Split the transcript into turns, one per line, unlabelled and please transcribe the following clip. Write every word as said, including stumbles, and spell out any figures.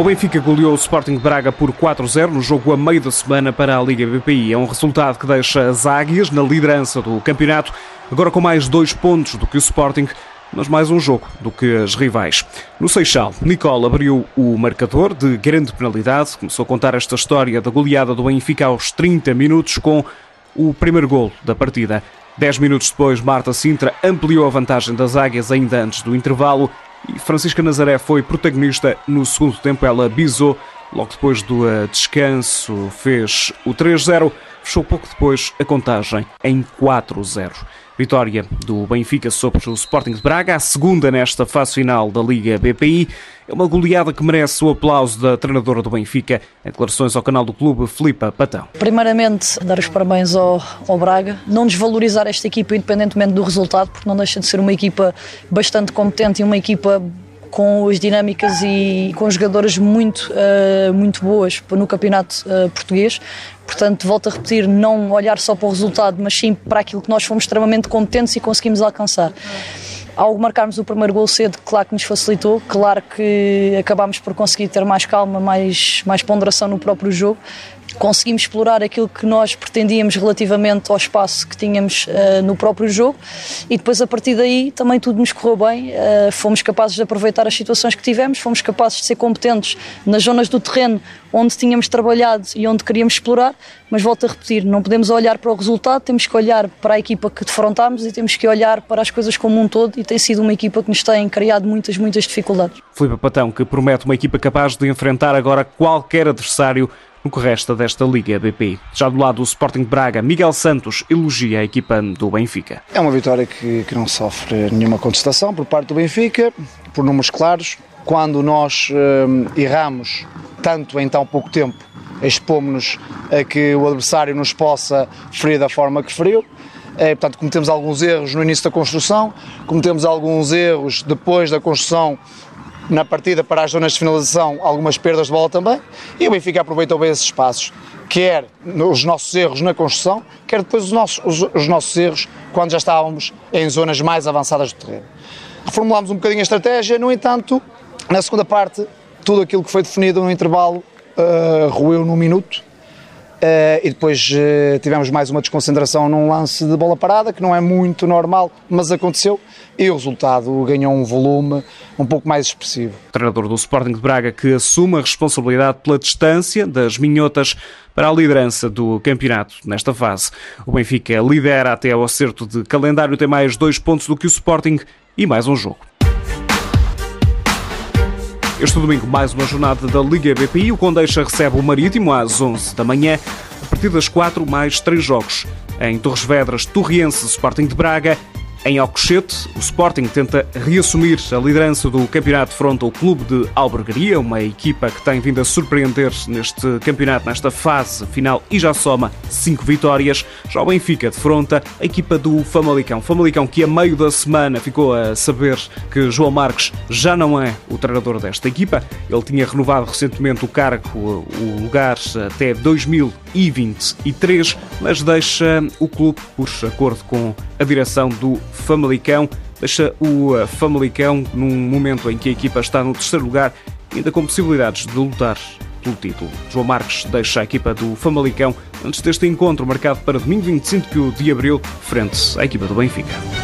Benfica goleou o Sporting de Braga por quatro a zero no jogo a meio da semana para a Liga B P I. É um resultado que deixa as Águias na liderança do campeonato, agora com mais dois pontos do que o Sporting, mas mais um jogo do que as rivais. No Seixal, Nicole abriu o marcador de grande penalidade. Começou a contar esta história da goleada do Benfica aos trinta minutos com o primeiro golo da partida. Dez minutos depois, Marta Sintra ampliou a vantagem das Águias ainda antes do intervalo e Francisca Nazaré foi protagonista no segundo tempo. Ela bisou, logo depois do descanso, fez o três a zero, fechou pouco depois a contagem em quatro a zero. Vitória do Benfica sobre o Sporting de Braga, a segunda nesta fase final da Liga B P I. É uma goleada que merece o aplauso da treinadora do Benfica. Em declarações ao canal do clube, Filipa Patão.
Primeiramente, dar os parabéns ao, ao Braga. Não desvalorizar esta equipa independentemente do resultado, porque não deixa de ser uma equipa bastante competente e uma equipa com as dinâmicas e com jogadoras muito, uh, muito boas no campeonato uh, português. Portanto, volto a repetir, não olhar só para o resultado, mas sim para aquilo que nós fomos extremamente competentes e conseguimos alcançar. Ao marcarmos o primeiro gol cedo, claro que nos facilitou, claro que acabámos por conseguir ter mais calma, mais, mais ponderação no próprio jogo. Conseguimos explorar aquilo que nós pretendíamos relativamente ao espaço que tínhamos uh, no próprio jogo e depois a partir daí também tudo nos correu bem, uh, fomos capazes de aproveitar as situações que tivemos, fomos capazes de ser competentes nas zonas do terreno onde tínhamos trabalhado e onde queríamos explorar, mas volto a repetir, não podemos olhar para o resultado, temos que olhar para a equipa que defrontámos e temos que olhar para as coisas como um todo e tem sido uma equipa que nos tem criado muitas, muitas dificuldades.
Filipe Patão, que promete uma equipa capaz de enfrentar agora qualquer adversário no que resta desta Liga B P I. Já do lado do Sporting de Braga, Miguel Santos elogia a equipa do Benfica.
É uma vitória que, que não sofre nenhuma contestação por parte do Benfica, por números claros. Quando nós hum, erramos tanto em tão pouco tempo, expomos-nos a que o adversário nos possa ferir da forma que feriu. É, portanto, cometemos alguns erros no início da construção, cometemos alguns erros depois da construção na partida para as zonas de finalização, algumas perdas de bola também, e o Benfica aproveitou bem esses espaços, quer os nossos erros na construção, quer depois os nossos, os, os nossos erros quando já estávamos em zonas mais avançadas do terreno. Reformulámos um bocadinho a estratégia, no entanto, na segunda parte, tudo aquilo que foi definido no intervalo uh, ruiu num minuto, uh, e depois uh, tivemos mais uma desconcentração num lance de bola parada, que não é muito normal, mas aconteceu, e o resultado ganhou um volume um pouco mais expressivo.
O treinador do Sporting de Braga que assume a responsabilidade pela distância das minhotas para a liderança do campeonato nesta fase. O Benfica lidera até ao acerto de calendário, tem mais dois pontos do que o Sporting e mais um jogo. Este domingo, mais uma jornada da Liga B P I. O Condeixa recebe o Marítimo às onze da manhã. A partir das quatro, mais três jogos. Em Torres Vedras, Torriense, Sporting de Braga. Em Alcochete, o Sporting tenta reassumir a liderança do campeonato fronte ao Clube de Albergaria, uma equipa que tem vindo a surpreender neste campeonato, nesta fase final, e já soma cinco vitórias. Já o Benfica defronta a equipa do Famalicão. Famalicão que a meio da semana ficou a saber que João Marques já não é o treinador desta equipa. Ele tinha renovado recentemente o cargo, o lugar até dois mil e vinte e três, mas deixa o clube, por acordo com a direção do Famalicão, deixa o Famalicão num momento em que a equipa está no terceiro lugar, ainda com possibilidades de lutar pelo título. João Marques deixa a equipa do Famalicão antes deste encontro marcado para domingo vinte e cinco de abril, frente à equipa do Benfica.